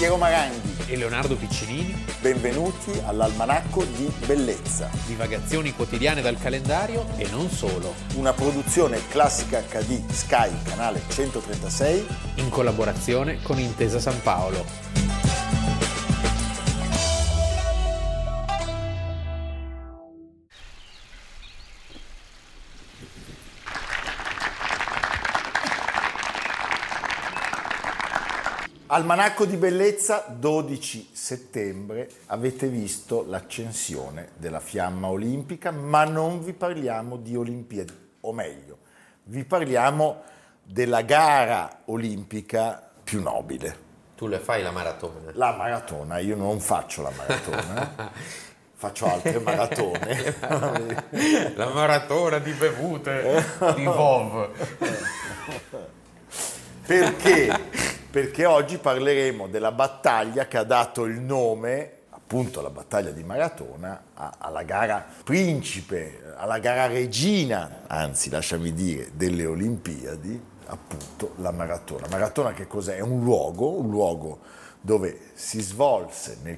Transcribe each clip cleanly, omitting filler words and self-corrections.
Piero Maranghi e Leonardo Piccinini. Benvenuti all'Almanacco di Bellezza. Divagazioni quotidiane dal calendario e non solo. Una produzione Classica HD Sky, canale 136. In collaborazione con Intesa San Paolo. Almanacco di Bellezza, 12 settembre, avete visto l'accensione della fiamma olimpica, ma non vi parliamo di Olimpiadi, o meglio, vi parliamo della gara olimpica più nobile. Tu le fai la maratona? La maratona, io non faccio la maratona, faccio altre maratone. La maratona di bevute di Vov. Perché oggi parleremo della battaglia che ha dato il nome, appunto alla battaglia di Maratona, alla gara principe, alla gara regina, anzi lasciami dire, delle Olimpiadi, appunto la maratona. Maratona che cos'è? È un luogo dove si svolse nel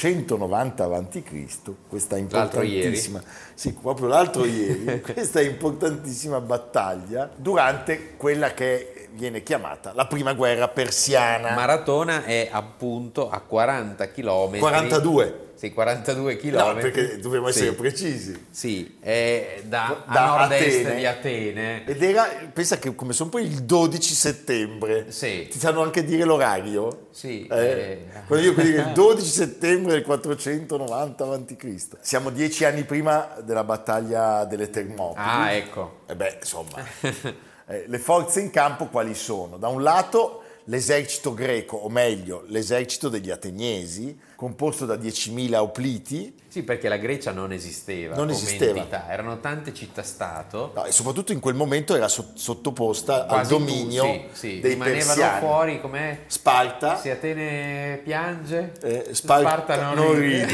490 a.C. questa importantissima, sì, proprio l'altro ieri, questa importantissima battaglia durante quella che viene chiamata la prima guerra persiana. Maratona è appunto a 40 km. 42. Sì, 42 km. No, perché dobbiamo essere precisi. Sì, è a nord-est Atene, di Atene. Ed era, pensa che come sono poi il 12 settembre. Sì. Ti sanno anche dire l'orario? Sì. Quando io dico il 12 settembre del 490 a.C. Siamo 10 anni prima della battaglia delle Termopili. Ah, ecco. E beh, insomma, le forze in campo quali sono? Da un lato l'esercito greco, o meglio l'esercito degli ateniesi, composto da 10.000 opliti. Sì, perché la Grecia non esisteva come entità, erano tante città-stato. No, e soprattutto in quel momento era sottoposta quasi al dominio dei rimanevano persiani. Fuori come Sparta. Se Atene piange, Sparta non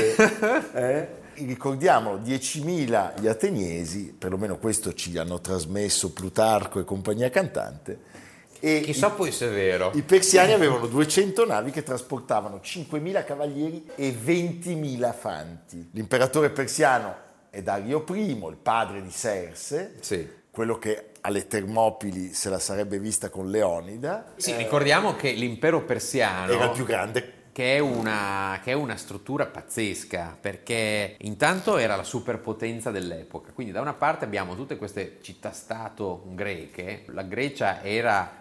ride. Ricordiamo 10.000 gli ateniesi, perlomeno questo ci hanno trasmesso Plutarco e compagnia cantante. E chissà poi se è vero. I persiani avevano 200 navi che trasportavano 5.000 cavalieri e 20.000 fanti. L'imperatore persiano è Dario I, il padre di Serse, sì, quello che alle Termopili se la sarebbe vista con Leonida. Sì, ricordiamo che l'impero persiano era il più grande. Che è una struttura pazzesca, perché intanto era la superpotenza dell'epoca. Quindi da una parte abbiamo tutte queste città-stato greche. La Grecia era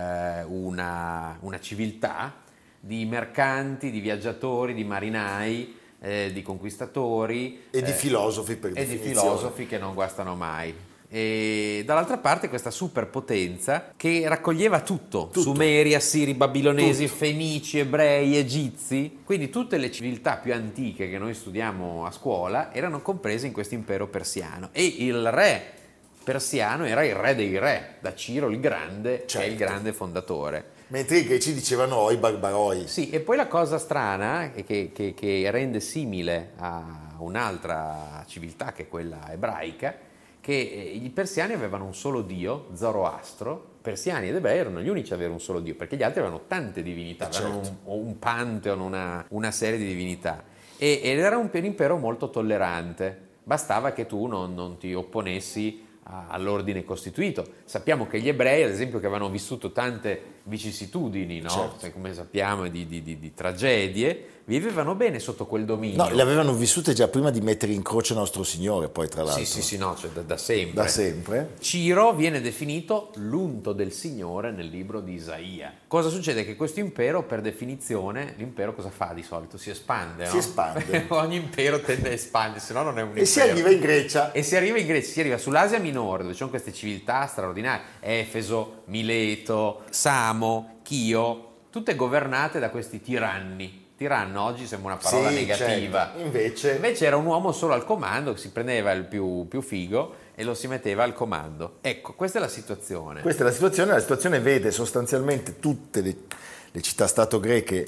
una civiltà di mercanti, di viaggiatori, di marinai, di conquistatori e di filosofi, per definizione. E di filosofi che non guastano mai. E dall'altra parte questa superpotenza che raccoglieva tutto. Sumeri, Assiri, Babilonesi, tutto. Fenici, Ebrei, Egizi, quindi tutte le civiltà più antiche che noi studiamo a scuola erano comprese in questo impero persiano, e il re persiano era il re dei re, da Ciro il Grande, certo, che è il grande fondatore. Mentre i greci dicevano oi barbaroi. Sì, e poi la cosa strana che rende simile a un'altra civiltà, che è quella ebraica, che i persiani avevano un solo dio, Zoroastro. Persiani ed ebrei erano gli unici ad avere un solo dio, perché gli altri avevano tante divinità, avevano un pantheon, una serie di divinità, ed era un impero molto tollerante. Bastava che tu non ti opponessi all'ordine costituito. Sappiamo che gli ebrei, ad esempio, che avevano vissuto tante vicissitudini, no? Certo. Come sappiamo, di tragedie, vivevano bene sotto quel dominio. No, le avevano vissute già prima di mettere in croce nostro Signore, poi tra l'altro. Sì, no, cioè da sempre. Da sempre. Ciro viene definito l'unto del Signore nel libro di Isaia. Cosa succede? Che questo impero, per definizione, l'impero cosa fa di solito? Si espande, no? Si espande. Ogni impero tende a espandere, se no non è un impero. E si arriva in Grecia. Si arriva sull'Asia minore, dove ci sono queste civiltà straordinarie. Efeso, Mileto, Samo, Chio, tutte governate da questi tiranni. Tiranno oggi sembra una parola negativa. Certo. Invece era un uomo solo al comando, che si prendeva il più figo e lo si metteva al comando. Ecco, questa è la situazione. La situazione vede sostanzialmente tutte le città-stato greche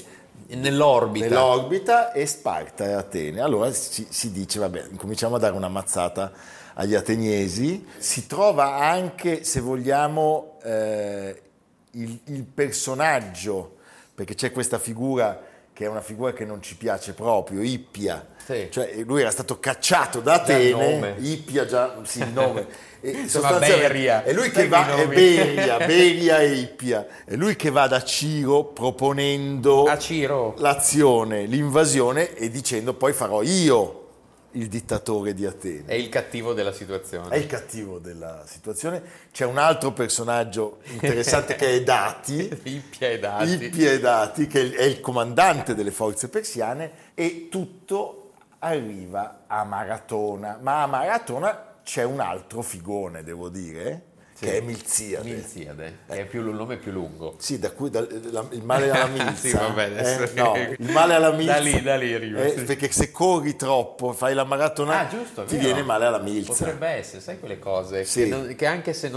nell'orbita e Sparta e Atene. Allora si dice, vabbè, cominciamo a dare una mazzata agli ateniesi. Si trova anche, se vogliamo, il personaggio, perché c'è questa figura che è una figura che non ci piace proprio, Ippia. Sì. Cioè lui era stato cacciato da Già il Atene, nome. Ippia già, sì, il nome. E Insomma, Beria. è lui che Sai va, quei è nomi? Beria e Ippia, è lui che va da Ciro proponendo A Ciro. l'azione, l'invasione e dicendo poi farò io il dittatore di Atene. È il cattivo della È situazione. il cattivo della situazione. C'è un altro personaggio interessante che è Dati, Ippia e Dati. Ippia e Dati, che è il comandante delle forze persiane, e tutto arriva a Maratona. Ma a Maratona c'è un altro figone, devo dire, che è Milziade. Milziade, è il nome più lungo. Sì, da cui il male alla milza. Sì, vabbè, adesso. No, il male alla milza. Da lì arriva. Sì. Perché se corri troppo, fai la maratona, Giusto, ti vero. viene male alla milza. Potrebbe essere, sai quelle cose Sì. che anche se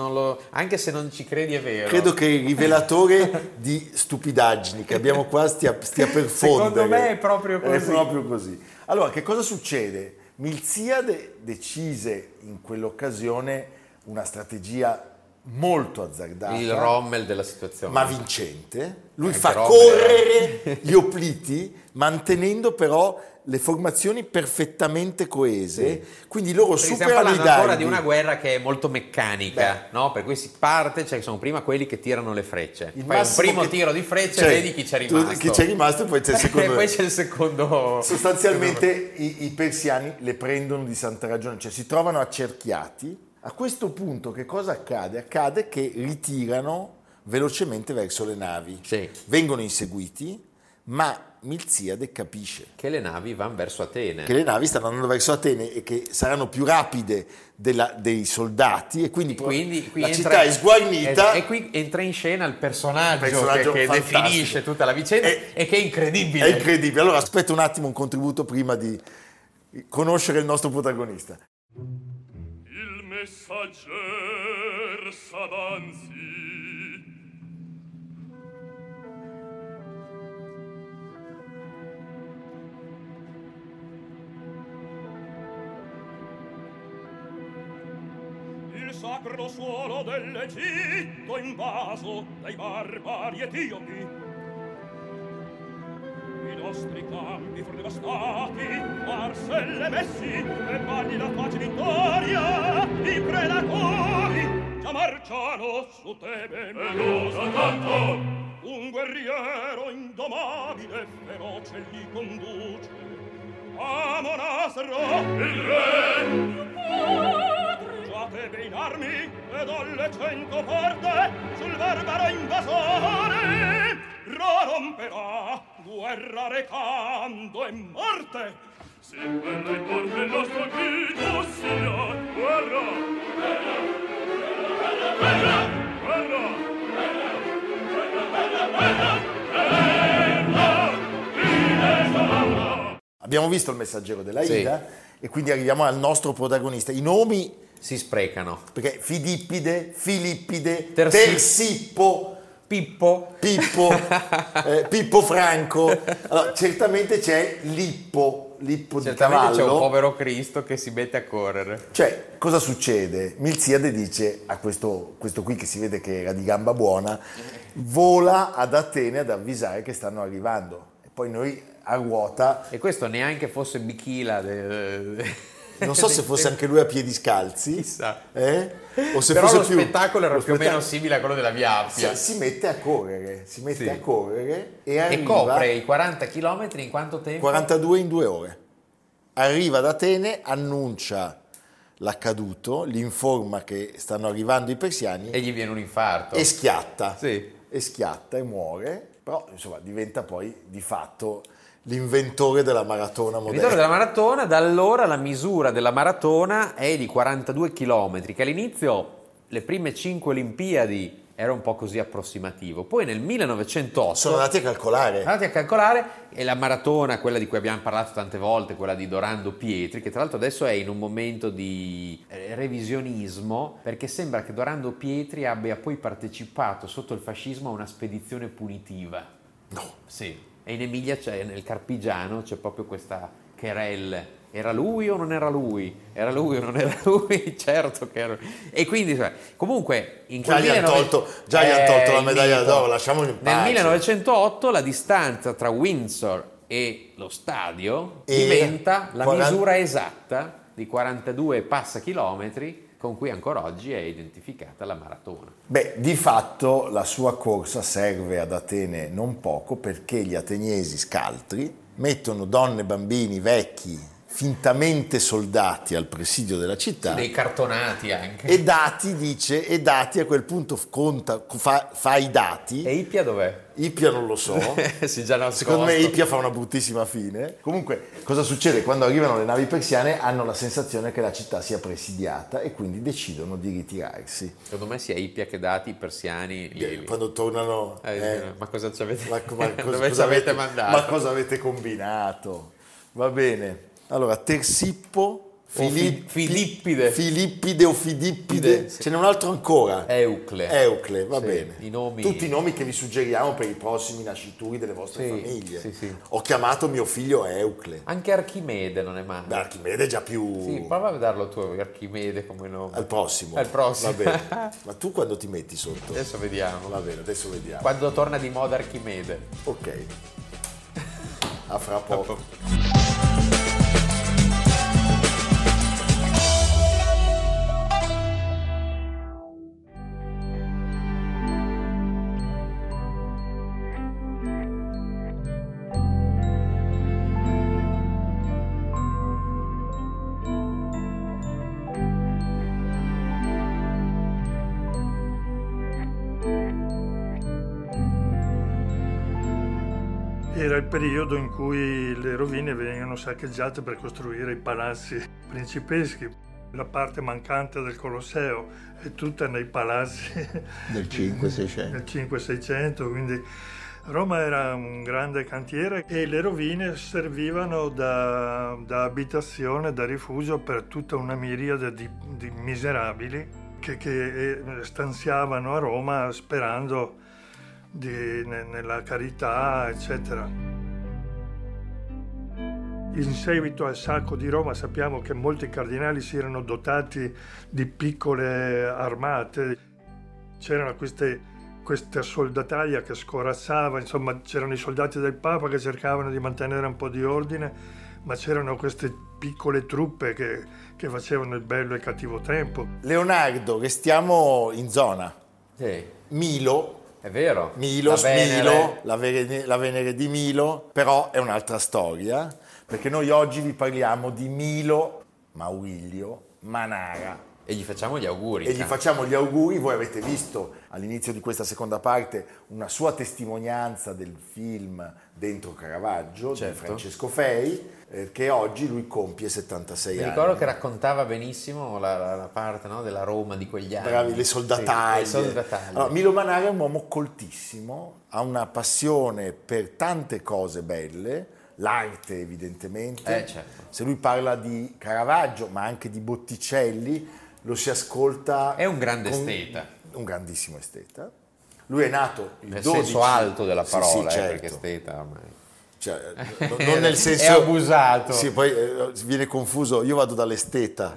non ci credi è vero. Credo che il rivelatore di stupidaggini che abbiamo qua stia per fondere. Secondo me è proprio così. È proprio così. Allora, che cosa succede? Milziade decise in quell'occasione una strategia molto azzardata, Il Rommel della situazione. ma vincente. Lui Anche fa Rommel. correre gli opliti, mantenendo però le formazioni perfettamente coese, quindi loro Perché stiamo superano i parlando ancora dardi. di una guerra che è molto meccanica, no? Per cui si parte, cioè sono prima quelli che tirano le frecce. Il Fai un massimo primo che- tiro di frecce cioè, e vedi chi c'è rimasto. Chi c'è rimasto e poi c'è il secondo. E poi c'è il secondo. Sostanzialmente i persiani le prendono di santa ragione, cioè si trovano accerchiati. A questo punto che cosa accade? Accade che ritirano velocemente verso le navi. Sì. Vengono inseguiti, ma Milziade capisce Che le navi vanno verso Atene. che le navi stanno andando verso Atene e che saranno più rapide dei soldati e quindi Qui la entra- città è sguarnita. E qui entra in scena il personaggio che fantastico. definisce tutta la vicenda e che è incredibile. È incredibile. Allora aspetta un attimo un contributo prima di conoscere il nostro protagonista. Il messagger s'avanzi. Il sacro suolo dell'Egitto invaso dai barbari etiopi. I nostri campi furono devastati, marselle messi e bagli la pace vittoria. I predatori già marciano su Tebe. E cosa tanto? Un guerriero indomabile, feroce li conduce. A Monasro, il re, già Tebe in armi ed alle 100 porte sul barbaro invasore romperà, guerra recando e morte. Si guerra in porte il nostro grido sia guerra, guerra, guerra, guerra, guerra, guerra, guerra, guerra. Abbiamo visto il messaggero della Sì. Ida e quindi arriviamo al nostro protagonista. I nomi, Si sprecano. perché Fidippide, Filippide, Tersi- Tersippo, Pippo. Pippo Franco. Allora, certamente c'è Lippo di Certamente c'è un cavallo. povero Cristo che si mette a correre. Cioè, cosa succede? Milziade dice a questo qui che si vede che era di gamba buona, vola ad Atene ad avvisare che stanno arrivando. E poi noi a ruota, E questo neanche fosse Bichila. non so se fosse anche lui a piedi scalzi, Chissà. o se Però fosse lo più spettacolo era lo più o meno spettacolo- simile a quello della Via Appia. si mette a correre, Sì. e E arriva copre i 40 km in quanto tempo? 42 in 2 ore. Arriva ad Atene, annuncia l'accaduto, li informa che stanno arrivando i persiani E gli viene un infarto. e schiatta. Sì. E schiatta e muore, però insomma diventa poi di fatto l'inventore della maratona Il moderna. vittorio della maratona, da allora la misura della maratona è di 42 km, che all'inizio le prime 5 Olimpiadi era un po' così approssimativo. Poi nel 1908 Sono andati a calcolare. andate a calcolare e la maratona, quella di cui abbiamo parlato tante volte, quella di Dorando Pietri, che tra l'altro adesso è in un momento di revisionismo, perché sembra che Dorando Pietri abbia poi partecipato sotto il fascismo a una spedizione punitiva. No. Sì, e in Emilia c'è, nel Carpigiano c'è proprio questa querelle. Era lui o non era lui? Era lui o non era lui? Certo che era lui. E quindi, cioè, comunque, in Già quel gli hanno 1900 tolto la il medaglia mito. d'oro, lasciamolo in pace. Nel 1908 la distanza tra Windsor e lo stadio E diventa la 40 misura esatta di 42 passachilometri con cui ancora oggi è identificata la maratona. Beh, di fatto la sua corsa serve ad Atene non poco, perché gli ateniesi scaltri mettono donne, bambini, vecchi, fintamente soldati al presidio della città. Dei cartonati anche. E Dati a quel punto fa i dati. E Ippia dov'è? Ippia non lo so. Si già nascosto. Secondo me Ippia fa una bruttissima fine. Comunque, cosa succede? Quando arrivano le navi persiane hanno la sensazione che la città sia presidiata e quindi decidono di ritirarsi. Secondo me sia Ippia che Dati, i persiani. Quando tornano... Ma cosa ci avete? Dove Dove ci avete mandato? Ma cosa avete combinato? Va bene. Allora, Tersippo, Filippide. Filippide o Fidippide, Sì. ce n'è un altro ancora. Eucle, va sì, bene. i nomi. Tutti i nomi che vi suggeriamo per i prossimi nascituri delle vostre famiglie. Sì. Ho chiamato mio figlio Eucle. Anche Archimede non è male. Beh, Archimede è già più... Sì, prova a darlo tu, Archimede come nome. Al prossimo. Va bene. Ma tu quando ti metti sotto? Adesso vediamo. Va bene, adesso vediamo. Quando torna di moda Archimede. Ok. A fra poco. Era il periodo in cui le rovine venivano saccheggiate per costruire i palazzi principeschi. La parte mancante del Colosseo è tutta nei palazzi Del 5-600. del 500-600, quindi Roma era un grande cantiere e le rovine servivano da abitazione, da rifugio per tutta una miriade di miserabili che stanziavano a Roma sperando nella carità, eccetera. In seguito al sacco di Roma sappiamo che molti cardinali si erano dotati di piccole armate. C'erano questa soldataglia che scorazzava, insomma c'erano i soldati del Papa che cercavano di mantenere un po' di ordine, ma c'erano queste piccole truppe che facevano il bello e il cattivo tempo. Leonardo, restiamo in zona. Sì. Milo. È vero. La Venere di Milo, però è un'altra storia, perché noi oggi vi parliamo di Milo Maurilio Manara. E gli facciamo gli auguri. E gli facciamo gli auguri. Voi avete visto all'inizio di questa seconda parte una sua testimonianza del film Dentro Caravaggio, certo, di Francesco Fei, che oggi lui compie 76 anni. Mi ricordo che raccontava benissimo la parte, no, della Roma di quegli anni. Bravi, le soldataglie. Sì, le soldataglie. Allora, Milo Manara è un uomo coltissimo, ha una passione per tante cose belle, l'arte evidentemente. Certo. Se lui parla di Caravaggio, ma anche di Botticelli, lo si ascolta... È un grande esteta. Un grandissimo esteta. Lui è nato il nel 12... senso alto della parola, sì, certo. perché esteta ormai. Cioè, non nel senso... È abusato. Sì, poi viene confuso. Io vado dall'esteta,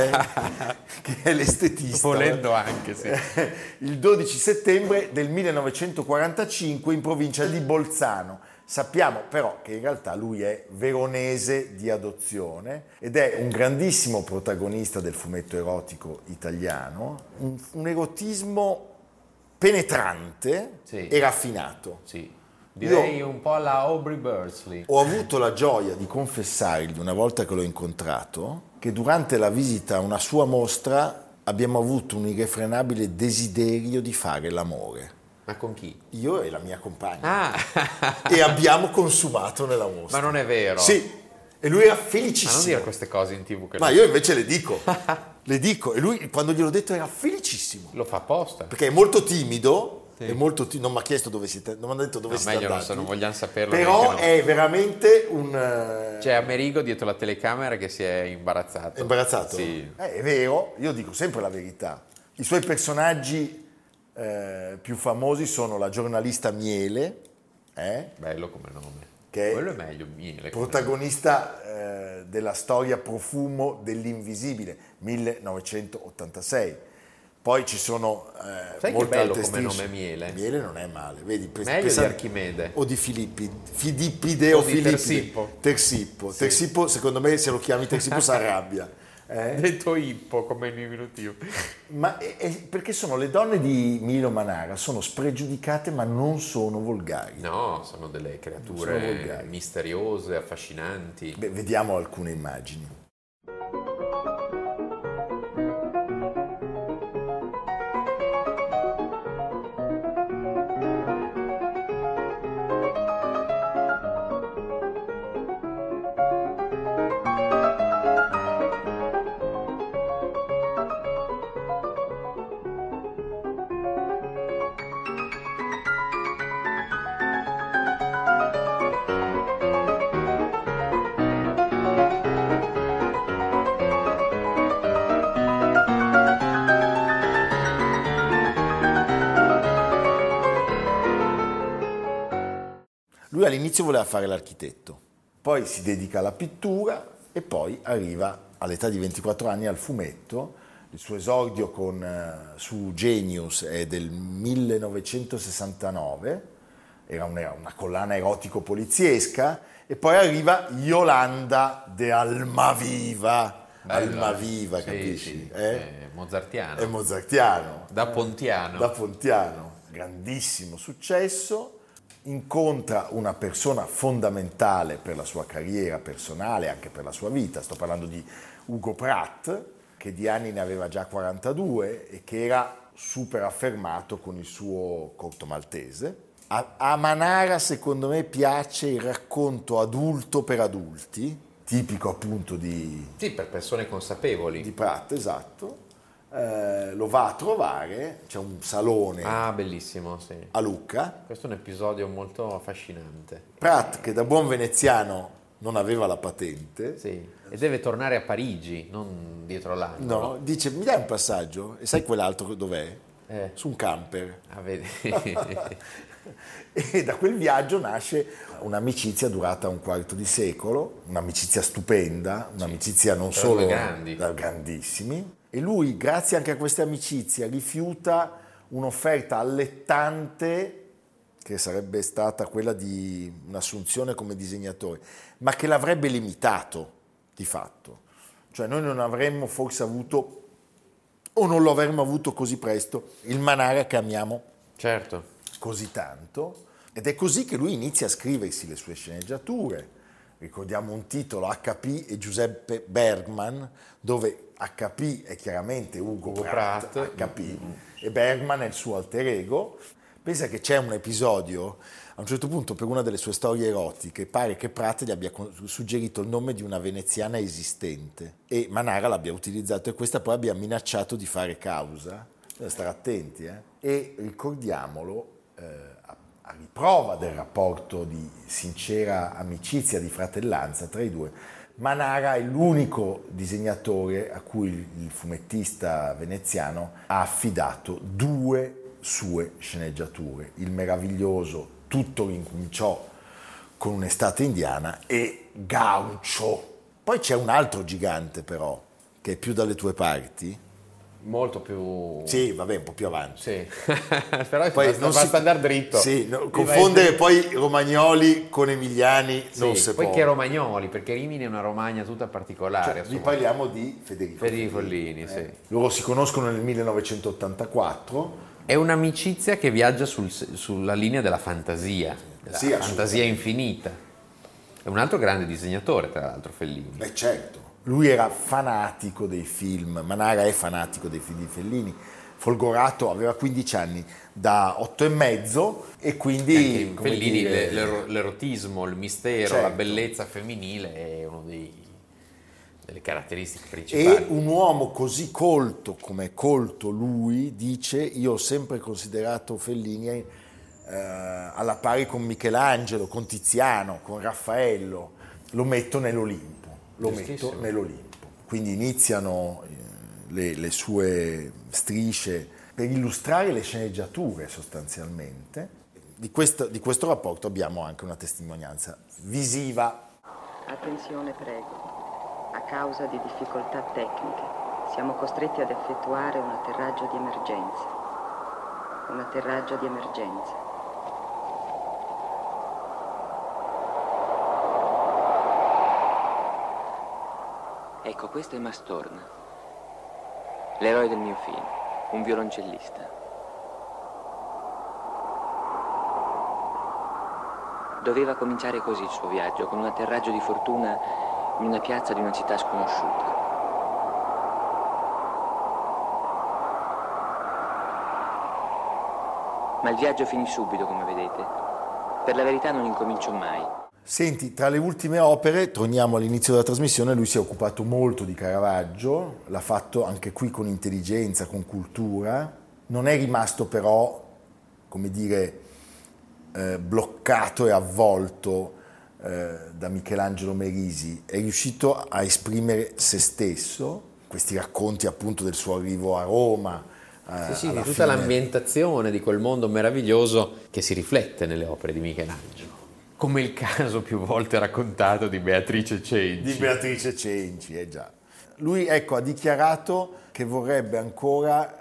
che è l'estetista. Volendo anche, sì. Il 12 settembre del 1945 in provincia di Bolzano. Sappiamo però che in realtà lui è veronese di adozione ed è un grandissimo protagonista del fumetto erotico italiano, un erotismo penetrante, sì, e raffinato. Sì. Direi un po' alla Aubrey Bursley. Ho avuto la gioia di confessargli, una volta che l'ho incontrato, che durante la visita a una sua mostra abbiamo avuto un irrefrenabile desiderio di fare l'amore. Ma con chi? Io e la mia compagna. Ah. E abbiamo consumato nella mostra. Ma non è vero? Sì. E lui era felicissimo. Ma non dire queste cose in TV. Ma io invece le dico. Le dico. E lui, quando gliel'ho detto, era felicissimo. Lo fa apposta. Perché è molto timido. Sì. È molto non mi ha chiesto dove siete, non mi ha detto dove siete meglio andati. non vogliamo saperlo. Però è veramente un... C'è Amerigo dietro la telecamera che si è imbarazzato. È imbarazzato? Sì. È vero, io dico sempre la verità. I suoi personaggi più famosi sono la giornalista Miele, bello come nome, che quello è meglio, Miele, protagonista della storia Profumo dell'invisibile, 1986. Poi ci sono Sai che molte bello altre come strisce. nome Miele? Miele non è male, vedi? Meglio di Archimede. O di Filippide o di Filippide. Tersippo. Tersippo. Sì. Tersippo, secondo me, se lo chiami Tersippo si arrabbia. Detto Ippo come il diminutivo. Ma perché sono le donne di Milo Manara, sono spregiudicate ma non sono volgari. No, sono delle Sono creature volgari. misteriose, affascinanti. Beh, vediamo alcune immagini. Lui all'inizio voleva fare l'architetto, poi si dedica alla pittura e poi arriva all'età di 24 anni al fumetto. Il suo esordio su Genius è del 1969, era una collana erotico-poliziesca, e poi arriva Yolanda de Almaviva. Bello, Almaviva, sì, capisci? sì, è mozartiano. È mozartiano. Da Pontiano. Da Pontiano, grandissimo successo, incontra una persona fondamentale per la sua carriera personale, anche per la sua vita. Sto parlando di Ugo Pratt, che di anni ne aveva già 42 e che era super affermato con il suo Corto Maltese. A Manara, secondo me, piace il racconto adulto per adulti, tipico appunto di Sì, per persone consapevoli. Pratt, esatto. Lo va a trovare, c'è un salone Bellissimo, sì. a Lucca. Questo è un episodio molto affascinante. Pratt, che da buon veneziano non aveva la patente, Sì. E deve tornare a Parigi, non dietro l'angolo. no, dice: mi dai un passaggio? E sai quell'altro dov'è? Su un camper. Vedi. E da quel viaggio nasce un'amicizia durata un quarto di secolo, un'amicizia stupenda, un'amicizia non solo grandissimi. E lui, grazie anche a questa amicizia, rifiuta un'offerta allettante, che sarebbe stata quella di un'assunzione come disegnatore, ma che l'avrebbe limitato di fatto. Cioè noi non avremmo forse avuto, o non lo avremmo avuto così presto, il Manara che amiamo Certo. così tanto. Ed è così che lui inizia a scriversi le sue sceneggiature. Ricordiamo un titolo, HP e Giuseppe Bergman, dove HP è chiaramente Ugo Pratt, HP, e Bergman è il suo alter ego. Pensa che c'è un episodio, a un certo punto, per una delle sue storie erotiche, pare che Pratt gli abbia suggerito il nome di una veneziana esistente e Manara l'abbia utilizzato, e questa poi abbia minacciato di fare causa. Bisogna stare attenti, E ricordiamolo, a riprova del rapporto di sincera amicizia, di fratellanza tra i due, Manara è l'unico disegnatore a cui il fumettista veneziano ha affidato 2 sue sceneggiature: il meraviglioso Tutto incominciò con un'estate indiana e Gaucho. Poi c'è un altro gigante però, che è più dalle tue parti. Molto più... Sì, vabbè, un po' più avanti. Sì. Però Poi basta andare dritto. Sì, confondere poi Romagnoli con Emiliani non si può. Poi che Romagnoli, perché Rimini è una Romagna tutta particolare. Vi parliamo di Federico Follini, sì. Loro si conoscono nel 1984. È un'amicizia che viaggia sulla linea della fantasia, della fantasia infinita. È un altro grande disegnatore, tra l'altro, Fellini. Beh, certo. Lui era fanatico dei film, Manara è fanatico dei film di Fellini. Folgorato, aveva 15 anni, da 8 e mezzo, e quindi... Come Fellini, l'erotismo, il mistero, certo, la bellezza femminile è uno delle caratteristiche principali. E un uomo così colto come è colto lui dice: io ho sempre considerato Fellini alla pari con Michelangelo, con Tiziano, con Raffaello, lo metto nell'Olimpo. Quindi iniziano le sue strisce per illustrare le sceneggiature sostanzialmente. Di questo rapporto abbiamo anche una testimonianza visiva. Attenzione prego, a causa di difficoltà tecniche, Siamo costretti ad effettuare un atterraggio di emergenza. Un atterraggio di emergenza. Ecco, questo è Mastorna, l'eroe del mio film, un violoncellista. Doveva cominciare così il suo viaggio, con un atterraggio di fortuna in una piazza di una città sconosciuta. Ma il viaggio finì subito, come vedete. Per la verità non incomincio mai. Senti, tra le ultime opere, torniamo all'inizio della trasmissione, lui si è occupato molto di Caravaggio, l'ha fatto anche qui con intelligenza, con cultura, non è rimasto però, come dire, bloccato e avvolto da Michelangelo Merisi, è riuscito a esprimere se stesso, questi racconti appunto del suo arrivo a Roma, sì, di tutta l'ambientazione di quel mondo meraviglioso che si riflette nelle opere di Michelangelo. Come il caso più volte raccontato di Beatrice Cenci. Di Beatrice Cenci, già. Lui, ecco, ha dichiarato che vorrebbe ancora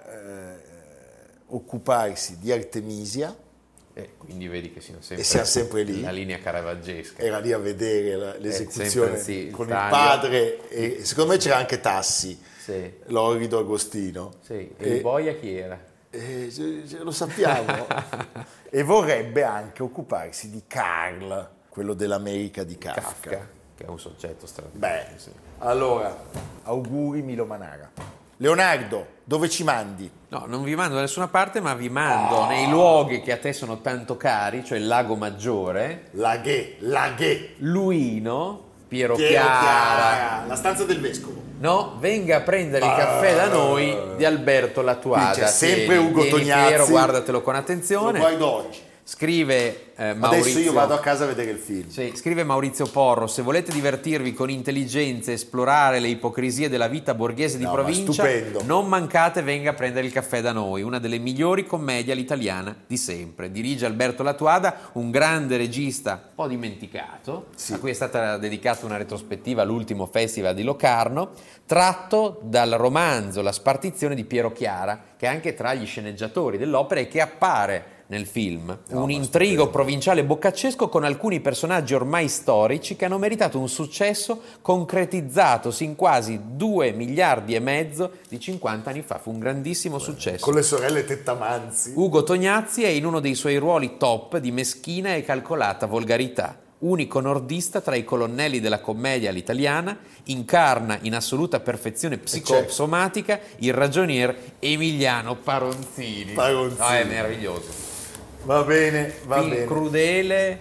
occuparsi di Artemisia. Quindi vedi che siamo sempre lì. La linea caravaggesca. Era lì a vedere l'esecuzione sì, con il padre e secondo me c'era anche Tassi, sì. Lorido Agostino. Sì. E il boia chi era? Lo sappiamo. E vorrebbe anche occuparsi di Karl, quello dell'America di Kafka. Che è un soggetto straordinario. Beh, allora, auguri Milo Manara. Leonardo, dove ci mandi? No, non vi mando da nessuna parte, ma vi mando nei luoghi che a te sono tanto cari, cioè il Lago Maggiore, Laghe, Luino, Piero Chiara, la stanza del vescovo. No, venga a prendere il caffè da noi di Alberto Latuada. C'è sempre Ugo Tognazzi. Piero, guardatelo con attenzione. Lo guardo oggi. Scrive Maurizio. Adesso io vado a casa a vedere il film. Sì, scrive Maurizio Porro: se volete divertirvi con intelligenza e esplorare le ipocrisie della vita borghese di provincia, non mancate, venga a prendere il caffè da noi, una delle migliori commedie all'italiana di sempre. Dirige Alberto Latuada, un grande regista un po' dimenticato, a cui è stata dedicata una retrospettiva all'ultimo festival di Locarno, tratto dal romanzo La spartizione di Piero Chiara, che è anche tra gli sceneggiatori dell'opera e che appare nel film. Un intrigo provinciale boccaccesco con alcuni personaggi ormai storici che hanno meritato un successo concretizzatosi in quasi 2,5 miliardi di 50 anni fa. Fu un grandissimo successo. Con le sorelle Tettamanzi. Ugo Tognazzi è in uno dei suoi ruoli top di meschina e calcolata volgarità. Unico nordista tra i colonnelli della commedia all'italiana, incarna in assoluta perfezione psicosomatica il ragionier Emiliano Paronzini. No, è meraviglioso. Va bene, va bene. Crudele,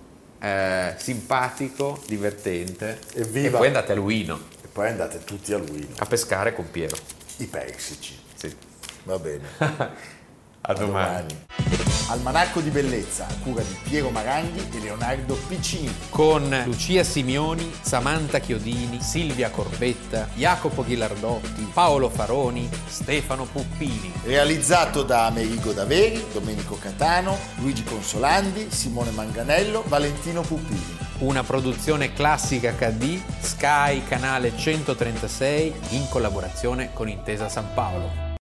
simpatico, divertente. Evviva. E poi andate a Luino. E poi andate tutti a Luino. A pescare con Piero. I persici. Sì. Va bene. A domani. Almanacco di bellezza a cura di Piero Maranghi e Leonardo Piccini. Con Lucia Simioni, Samantha Chiodini, Silvia Corbetta, Jacopo Ghilardotti, Paolo Faroni, Stefano Puppini. Realizzato da Amerigo Daveri, Domenico Catano, Luigi Consolandi, Simone Manganello, Valentino Puppini. Una produzione Classica HD, Sky Canale 136 in collaborazione con Intesa San Paolo.